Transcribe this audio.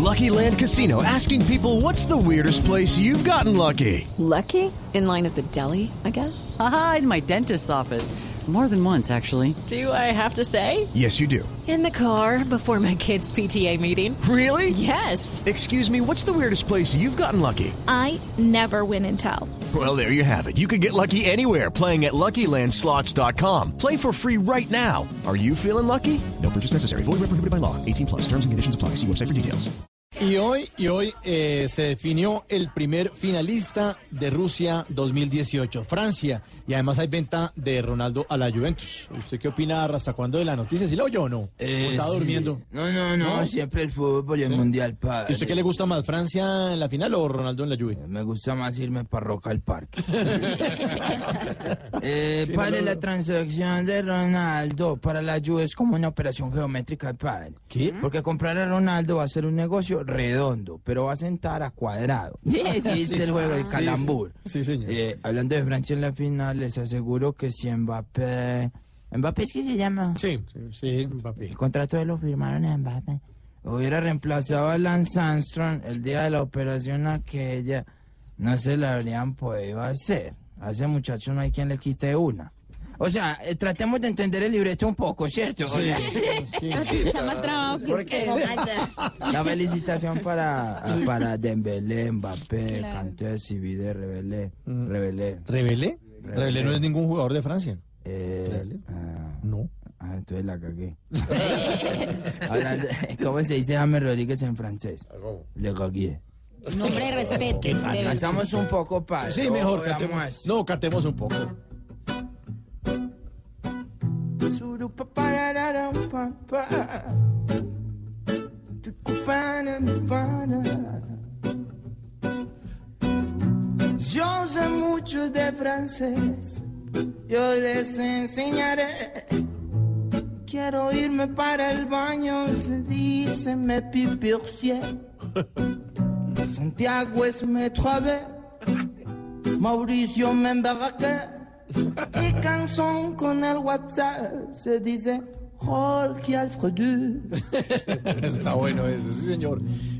Lucky Land Casino, asking people, what's the weirdest place you've gotten lucky? Lucky? In line at the deli, I guess? Aha, in my dentist's office. More than once, actually. Do I have to say? Yes, you do. In the car before my kids' PTA meeting. Really? Yes. Excuse me, what's the weirdest place you've gotten lucky? I never win and tell. Well, there you have it. You can get lucky anywhere, playing at LuckyLandSlots.com. Play for free right now. Are you feeling lucky? No purchase necessary. Void where prohibited by law. 18 plus. Terms and conditions apply. See website for details. Y hoy se definió el primer finalista de Rusia 2018, Francia, y además hay venta de Ronaldo a la Juventus. ¿Usted qué opina, hasta cuándo, de la noticia? ¿Sí la oyó o no? ¿O estaba durmiendo? No, siempre el fútbol y el mundial, padre. ¿Y usted qué le gusta más, Francia en la final o Ronaldo en la Juve? Me gusta más irme para Roca al Parque. Padre, la transacción de Ronaldo para la Juve es como una operación geométrica, padre. ¿Qué? Porque comprar a Ronaldo va a ser un negocio redondo, pero va a sentar a cuadrado. Sí, es el juego del calambur. Sí, señor. Hablando de Francia en la final, les aseguro que si Mbappé es que se llama. Sí, Mbappé. El contrato de lo firmaron a Mbappé. Hubiera reemplazado a Lance Armstrong el día de la operación aquella, no se la habrían podido hacer. A ese muchacho no hay quien le quite una. O sea, tratemos de entender el libreto un poco, ¿cierto? Sí. Está más trabado que Porque la felicitación para Dembélé, Mbappé, Claro. Kanté, Sivide, Rebelé. ¿Rebelé? Rebelé no es ningún jugador de Francia. No. Entonces la cagué. ¿Cómo se dice James Rodríguez en francés? Le cagué. Nombre, respete. Cantamos un poco, padre. Sí, mejor Veamos cantemos. eso. No, cantemos un poco. Yo sé mucho de francés, yo les enseñaré. Quiero irme para el baño, se dice me pipircier. Santiago es me trouvé, Mauricio me embarqué. Y canción con el WhatsApp se dice Jorge Alfredo. Está bueno eso, sí, señor.